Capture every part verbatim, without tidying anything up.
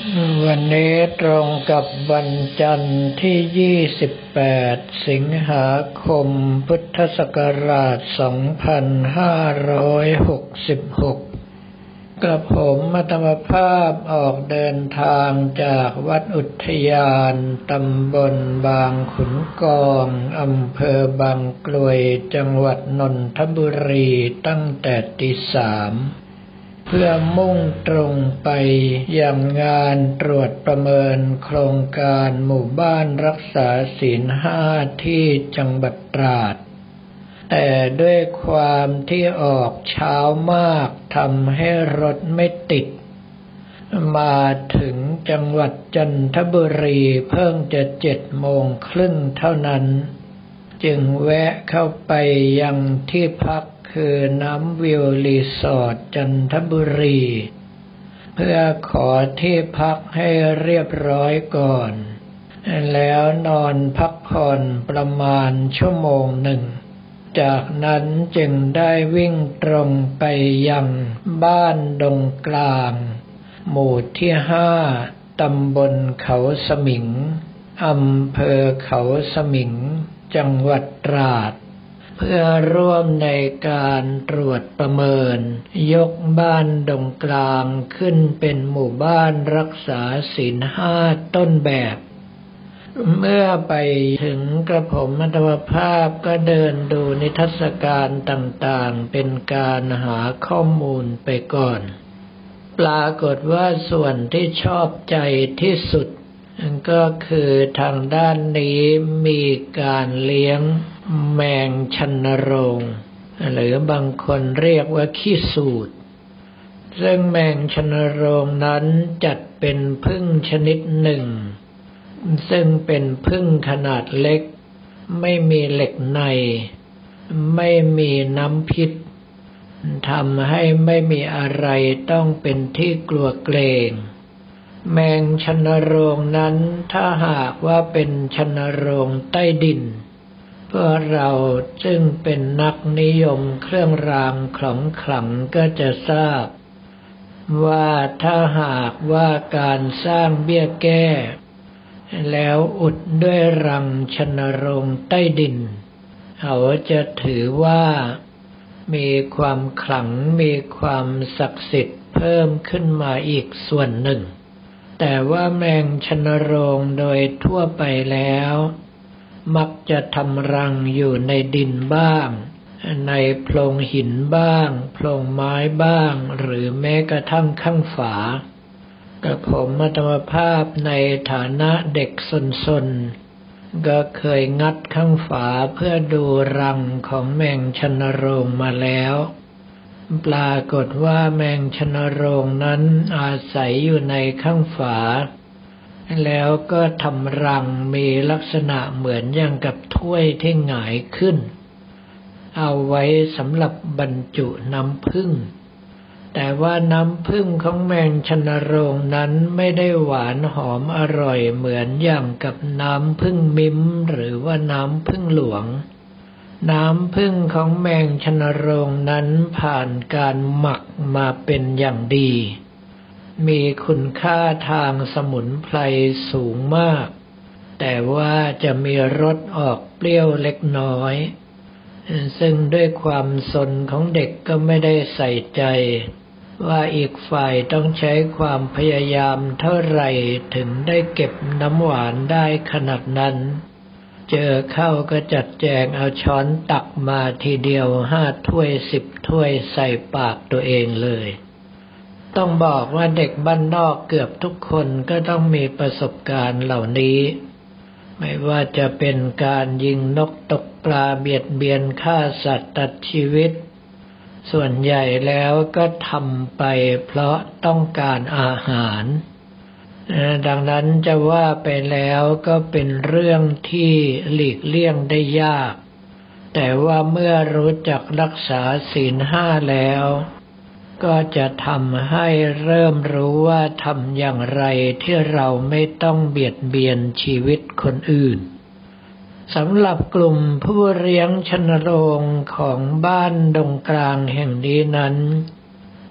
วันนี้ตรงกับวันจันทร์ที่ยี่สิบแปดสิงหาคมพุทธศักราชสองพันห้าร้อยหกสิบหกกระผมอัตมภาพออกเดินทางจากวัดอุทยานตำบลบางขุนกองอำเภอบางกรวยจังหวัดนนทบุรีตั้งแต่ตีสามเพื่อมุ่งตรงไปยังงานตรวจประเมินโครงการหมู่บ้านรักษาศีลห้าที่จังหวัดตราดแต่ด้วยความที่ออกเช้ามากทำให้รถไม่ติดมาถึงจังหวัดจันทบุรีเพิ่งจะเจ็ดโมงครึ่งเท่านั้นจึงแวะเข้าไปยังที่พักคือน้ำวิวรีสอร์ทจันทบุรีเพื่อขอที่พักให้เรียบร้อยก่อนแล้วนอนพักผ่อนประมาณชั่วโมงหนึ่งจากนั้นจึงได้วิ่งตรงไปยังบ้านดงกลางหมู่ที่ห้าตำบลเขาสมิงอำเภอเขาสมิงจังหวัดตราดเพื่อร่วมในการตรวจประเมินยกบ้านดงกลางขึ้นเป็นหมู่บ้านรักษาศีลห้าต้นแบบเมื่อไปถึงกระผมอัตมภาพก็เดินดูนิทรรศการต่างๆเป็นการหาข้อมูลไปก่อนปรากฏว่าส่วนที่ชอบใจที่สุดก็คือทางด้านนี้มีการเลี้ยงแมงชันโรงหรือบางคนเรียกว่าขี้สูตรซึ่งแมงชันโรงนั้นจัดเป็นผึ้งชนิดหนึ่งซึ่งเป็นผึ้งขนาดเล็กไม่มีเหล็กในไม่มีน้ำพิษทำให้ไม่มีอะไรต้องเป็นที่กลัวเกรงแมงชันโรงนั้นถ้าหากว่าเป็นชันโรงใต้ดินพวกเราซึ่งเป็นนักนิยมเครื่องรางของขลังก็จะทราบว่าถ้าหากว่าการสร้างเบี้ยแก้แล้วอุดด้วยรังชันโรงใต้ดินเขาจะถือว่ามีความขลังมีความศักดิ์สิทธิ์เพิ่มขึ้นมาอีกส่วนหนึ่งแต่ว่าแมงชันโรงโดยทั่วไปแล้วมักจะทำรังอยู่ในดินบ้างในโพรงหินบ้างโพรงไม้บ้างหรือแม้กระทั่งข้างฝากระผมอัตมภาพในฐานะเด็กซนๆก็เคยงัดข้างฝาเพื่อดูรังของแมงชันโรงมาแล้วปรากฏว่าแมงชันโรงนั้นอาศัยอยู่ในข้างฝาแล้วก็ทำรังมีลักษณะเหมือนอย่างกับถ้วยที่หงายขึ้นเอาไว้สำหรับบรรจุน้ำผึ้งแต่ว่าน้ำผึ้งของแมงชันโรงนั้นไม่ได้หวานหอมอร่อยเหมือนอย่างกับน้ำผึ้งมิ้มหรือว่าน้ำผึ้งหลวงน้ำผึ้งของแมงชันโรงนั้นผ่านการหมักมาเป็นอย่างดีมีคุณค่าทางสมุนไพรสูงมากแต่ว่าจะมีรสออกเปรี้ยวเล็กน้อยซึ่งด้วยความสนของเด็กก็ไม่ได้ใส่ใจว่าอีกฝ่ายต้องใช้ความพยายามเท่าไหร่ถึงได้เก็บน้ำหวานได้ขนาดนั้นเจอเข้าก็จัดแจงเอาช้อนตักมาทีเดียวห้าถ้วยสิบถ้วยใส่ปากตัวเองเลยต้องบอกว่าเด็กบ้านนอกเกือบทุกคนก็ต้องมีประสบการณ์เหล่านี้ไม่ว่าจะเป็นการยิงนกตกปลาเบียดเบียนฆ่าสัตว์ตัดชีวิตส่วนใหญ่แล้วก็ทำไปเพราะต้องการอาหารดังนั้นจะว่าไปแล้วก็เป็นเรื่องที่หลีกเลี่ยงได้ยากแต่ว่าเมื่อรู้จักรักษาศีลห้าแล้วก็จะทำให้เริ่มรู้ว่าทำอย่างไรที่เราไม่ต้องเบียดเบียนชีวิตคนอื่นสำหรับกลุ่มผู้เลี้ยงชันโรงของบ้านดงกลางแห่งนี้นั้น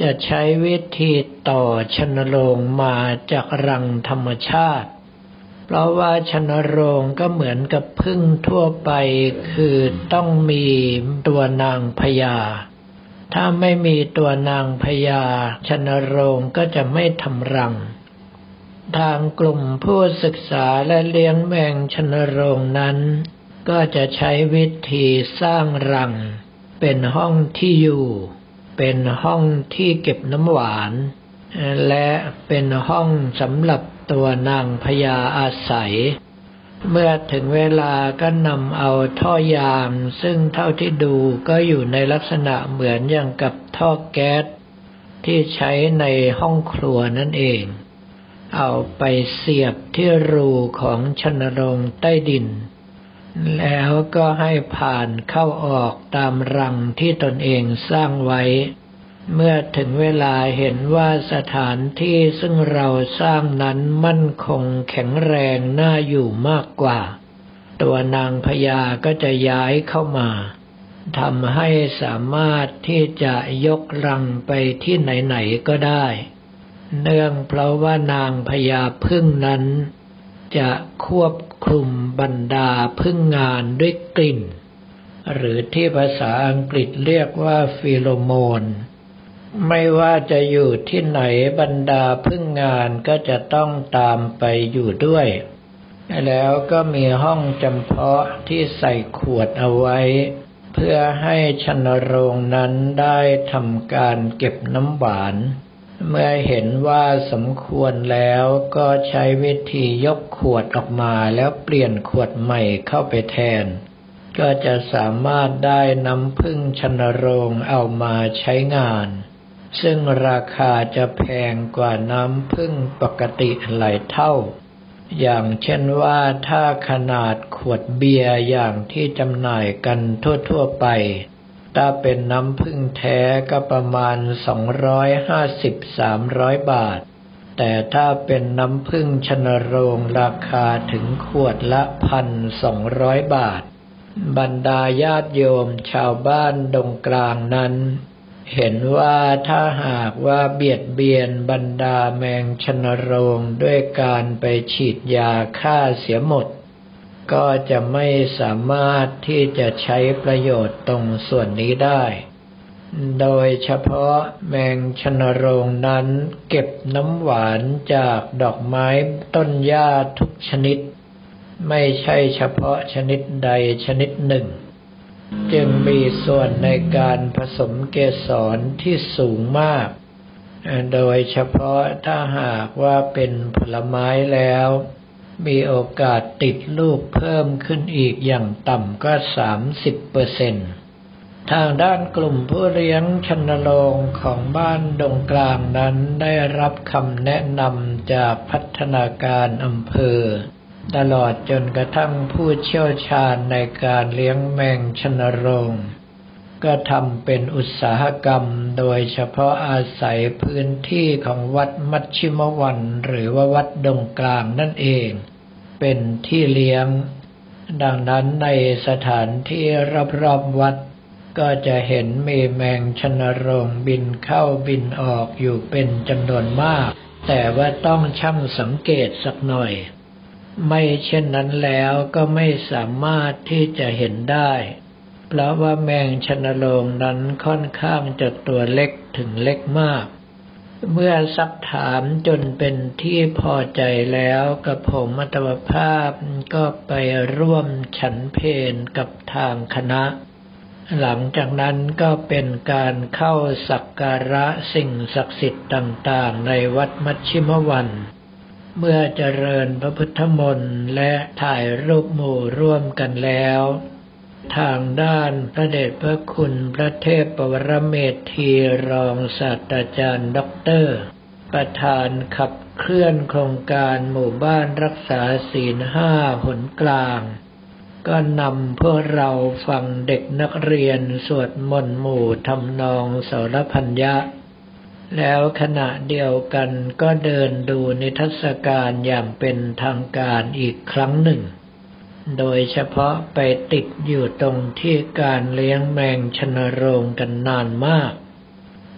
จะใช้วิธีต่อชนโรงมาจากรังธรรมชาติเพราะว่าชนโรงก็เหมือนกับผึ้งทั่วไปคือต้องมีตัวนางพญาถ้าไม่มีตัวนางพญาชนโรงก็จะไม่ทำรังทางกลุ่มผู้ศึกษาและเลี้ยงแมงชนโรงนั้นก็จะใช้วิธีสร้างรังเป็นห้องที่อยู่เป็นห้องที่เก็บน้ำหวานและเป็นห้องสำหรับตัวนางพญาอาศัยเมื่อถึงเวลาก็นำเอาท่อยางซึ่งเท่าที่ดูก็อยู่ในลักษณะเหมือนอย่างกับท่อแก๊สที่ใช้ในห้องครัวนั่นเองเอาไปเสียบที่รูของชนโรงใต้ดินแล้วก็ให้ผ่านเข้าออกตามรังที่ตนเองสร้างไว้เมื่อถึงเวลาเห็นว่าสถานที่ซึ่งเราสร้างนั้นมั่นคงแข็งแรงน่าอยู่มากกว่าตัวนางพญาก็จะย้ายเข้ามาทำให้สามารถที่จะยกรังไปที่ไหนๆก็ได้เนื่องเพราะว่านางพญาผึ้งนั้นจะควบคุมบรรดาผึ้งงานด้วยกลิ่นหรือที่ภาษาอังกฤษเรียกว่าฟีโรโมนไม่ว่าจะอยู่ที่ไหนบรรดาผึ้งงานก็จะต้องตามไปอยู่ด้วยแล้วก็มีห้องจำเพาะที่ใส่ขวดเอาไว้เพื่อให้ชนโรงนั้นได้ทำการเก็บน้ำหวานเมื่อเห็นว่าสมควรแล้วก็ใช้วิธียกขวดออกมาแล้วเปลี่ยนขวดใหม่เข้าไปแทนก็จะสามารถได้น้ำผึ้งชนโรงเอามาใช้งานซึ่งราคาจะแพงกว่าน้ำผึ้งปกติหลายเท่าอย่างเช่นว่าถ้าขนาดขวดเบียร์อย่างที่จำหน่ายกันทั่วๆไปถ้าเป็นน้ำผึ้งแท้ก็ประมาณสองร้อยห้าสิบถึงสามร้อยบาทแต่ถ้าเป็นน้ำผึ้งชนโรงราคาถึงขวดละหนึ่งพันสองร้อยบาทบรรดาญาติโยมชาวบ้านดงกลางนั้นเห็นว่าถ้าหากว่าเบียดเบียนบรรดาแมงชนโรงด้วยการไปฉีดยาฆ่าเสียหมดก็จะไม่สามารถที่จะใช้ประโยชน์ตรงส่วนนี้ได้โดยเฉพาะแมงชนโรงนั้นเก็บน้ำหวานจากดอกไม้ต้นหญ้าทุกชนิดไม่ใช่เฉพาะชนิดใดชนิดหนึ่งจึงมีส่วนในการผสมเกสรที่สูงมากโดยเฉพาะถ้าหากว่าเป็นผลไม้แล้วมีโอกาสติดลูกเพิ่มขึ้นอีกอย่างต่ำก็ สามสิบเปอร์เซ็นต์ ทางด้านกลุ่มผู้เลี้ยงชนโรงของบ้านดงกลางนั้นได้รับคำแนะนำจากพัฒนาการอำเภอตลอดจนกระทั่งผู้เชี่ยวชาญในการเลี้ยงแมงชนโรงก็ทำเป็นอุตสาหกรรมโดยเฉพาะอาศัยพื้นที่ของวัดมัชชิมวันหรือว่าวัดดงกลางนั่นเองเป็นที่เลี้ยงดังนั้นในสถานที่รอบๆวัดก็จะเห็นมีแมงชนโรงบินเข้าบินออกอยู่เป็นจำนวนมากแต่ว่าต้องช่างสังเกตสักหน่อยไม่เช่นนั้นแล้วก็ไม่สามารถที่จะเห็นได้เพราะว่าแมงชนโรงนั้นค่อนข้างจะตัวเล็กถึงเล็กมากเมื่อซักถามจนเป็นที่พอใจแล้วกับผมอัตมภาพก็ไปร่วมฉันเพลกับทางคณะหลังจากนั้นก็เป็นการเข้าสักการะสิ่งศักดิ์สิทธิ์ต่างๆในวัดมัชชิมวันเมื่อเจริญพระพุทธมนต์และถ่ายรูปหมู่ร่วมกันแล้วทางด้านพระเดชพระคุณพระเทพปวรเมธีรองศาสตราจารย์ด็อกเตอร์ประธานขับเคลื่อนโครงการหมู่บ้านรักษาศีลห้าหนกลางก็นำพวกเราฟังเด็กนักเรียนสวดมนต์หมู่ทำนองสรพัญญะแล้วขณะเดียวกันก็เดินดูนิทรรศการอย่างเป็นทางการอีกครั้งหนึ่งโดยเฉพาะไปติดอยู่ตรงที่การเลี้ยงแมงชนโรงกันนานมาก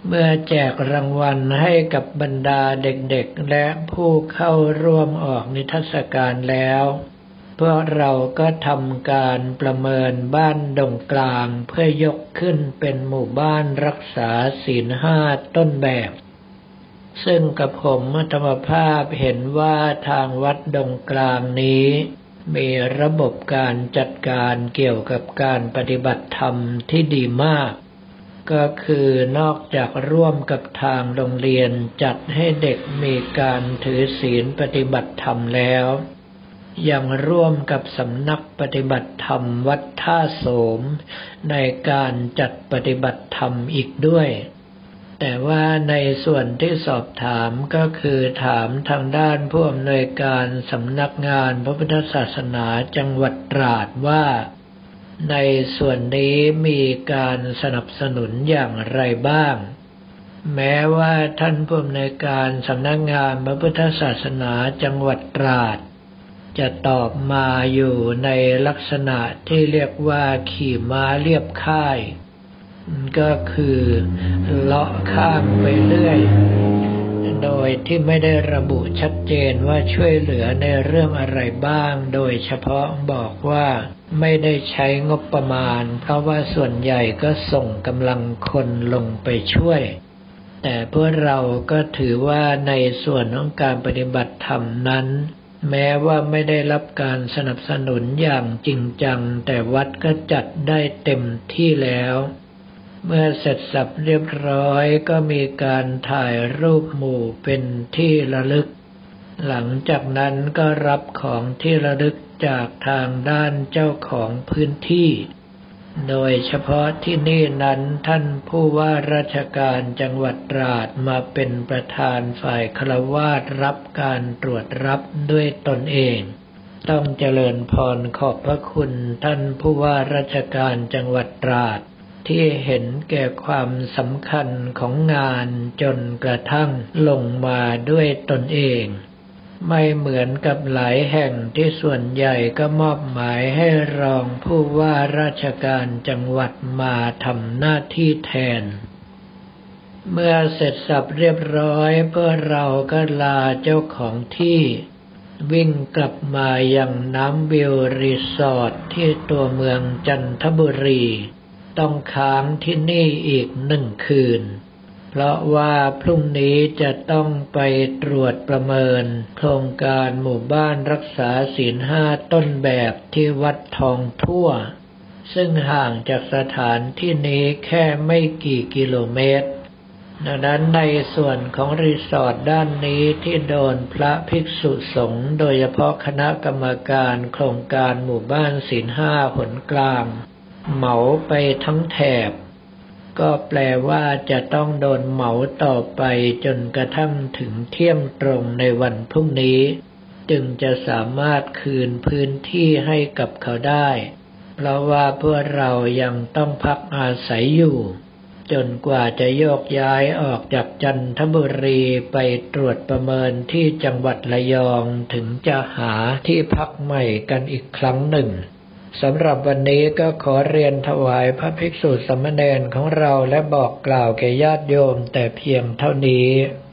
เมื่อแจกรางวัลให้กับบรรดาเด็กๆและผู้เข้าร่วมออกนิทรรศการแล้วพวกเราก็ทำการประเมินบ้านดงกลางเพื่อยกขึ้นเป็นหมู่บ้านรักษาศีลห้าต้นแบบซึ่งกับผมธรรมภาพเห็นว่าทางวัดดงกลางนี้มีระบบการจัดการเกี่ยวกับการปฏิบัติธรรมที่ดีมากก็คือนอกจากร่วมกับทางโรงเรียนจัดให้เด็กมีการถือศีลปฏิบัติธรรมแล้วยังร่วมกับสำนักปฏิบัติธรรมวัดท่าโสมในการจัดปฏิบัติธรรมอีกด้วยแต่ว่าในส่วนที่สอบถามก็คือถามทางด้านผู้อำนวยการสำนักงานพระพุทธศาสนาจังหวัดตราดว่าในส่วนนี้มีการสนับสนุนอย่างไรบ้างแม้ว่าท่านผู้อำนวยการสำนักงานพระพุทธศาสนาจังหวัดตราดจะตอบมาอยู่ในลักษณะที่เรียกว่าขี่ม้าเลียบค่ายก็คือเลาะข้ามไปเรื่อยโดยที่ไม่ได้ระบุชัดเจนว่าช่วยเหลือในเรื่องอะไรบ้างโดยเฉพาะบอกว่าไม่ได้ใช้งบประมาณเพราะว่าส่วนใหญ่ก็ส่งกำลังคนลงไปช่วยแต่พวกเราก็ถือว่าในส่วนของการปฏิบัติธรรมนั้นแม้ว่าไม่ได้รับการสนับสนุนอย่างจริงจังแต่วัดก็จัดได้เต็มที่แล้วเมื่อเสร็จสับเรียบร้อยก็มีการถ่ายรูปหมู่เป็นที่ระลึกหลังจากนั้นก็รับของที่ระลึกจากทางด้านเจ้าของพื้นที่โดยเฉพาะที่นี่นั้นท่านผู้ว่าราชการจังหวัดตราดมาเป็นประธานฝ่ายฆราวาสรับการตรวจรับด้วยตนเองต้องเจริญพรขอบพระคุณท่านผู้ว่าราชการจังหวัดตราดที่เห็นแก่ความสำคัญของงานจนกระทั่งลงมาด้วยตนเองไม่เหมือนกับหลายแห่งที่ส่วนใหญ่ก็มอบหมายให้รองผู้ว่าราชการจังหวัดมาทำหน้าที่แทนเมื่อเสร็จสับเรียบร้อยพวกเราก็ลาเจ้าของที่วิ่งกลับมายังน้ำวิวรีสอร์ทที่ตัวเมืองจันทบุรีต้องค้างที่นี่อีกหนึ่งคืนเพราะว่าพรุ่งนี้จะต้องไปตรวจประเมินโครงการหมู่บ้านรักษาศีลห้าต้นแบบที่วัดทองทั่วซึ่งห่างจากสถานที่นี้แค่ไม่กี่กิโลเมตรดังนั้นในส่วนของรีสอร์ทด้านนี้ที่โดนพระภิกษุสงฆ์โดยเฉพาะคณะกรรมการโครงการหมู่บ้านศีลห้าหนกลางเหมาไปทั้งแถบก็แปลว่าจะต้องโดนเหมาต่อไปจนกระทั่งถึงเที่ยงตรงในวันพรุ่งนี้จึงจะสามารถคืนพื้นที่ให้กับเขาได้เพราะว่าพวกเรายังต้องพักอาศัยอยู่จนกว่าจะโยกย้ายออกจากจันทบุรีไปตรวจประเมินที่จังหวัดระยองถึงจะหาที่พักใหม่กันอีกครั้งหนึ่งสำหรับวันนี้ก็ขอเรียนถวายพระภิกษุสามเณรของเราและบอกกล่าวแก่ญาติโยมแต่เพียงเท่านี้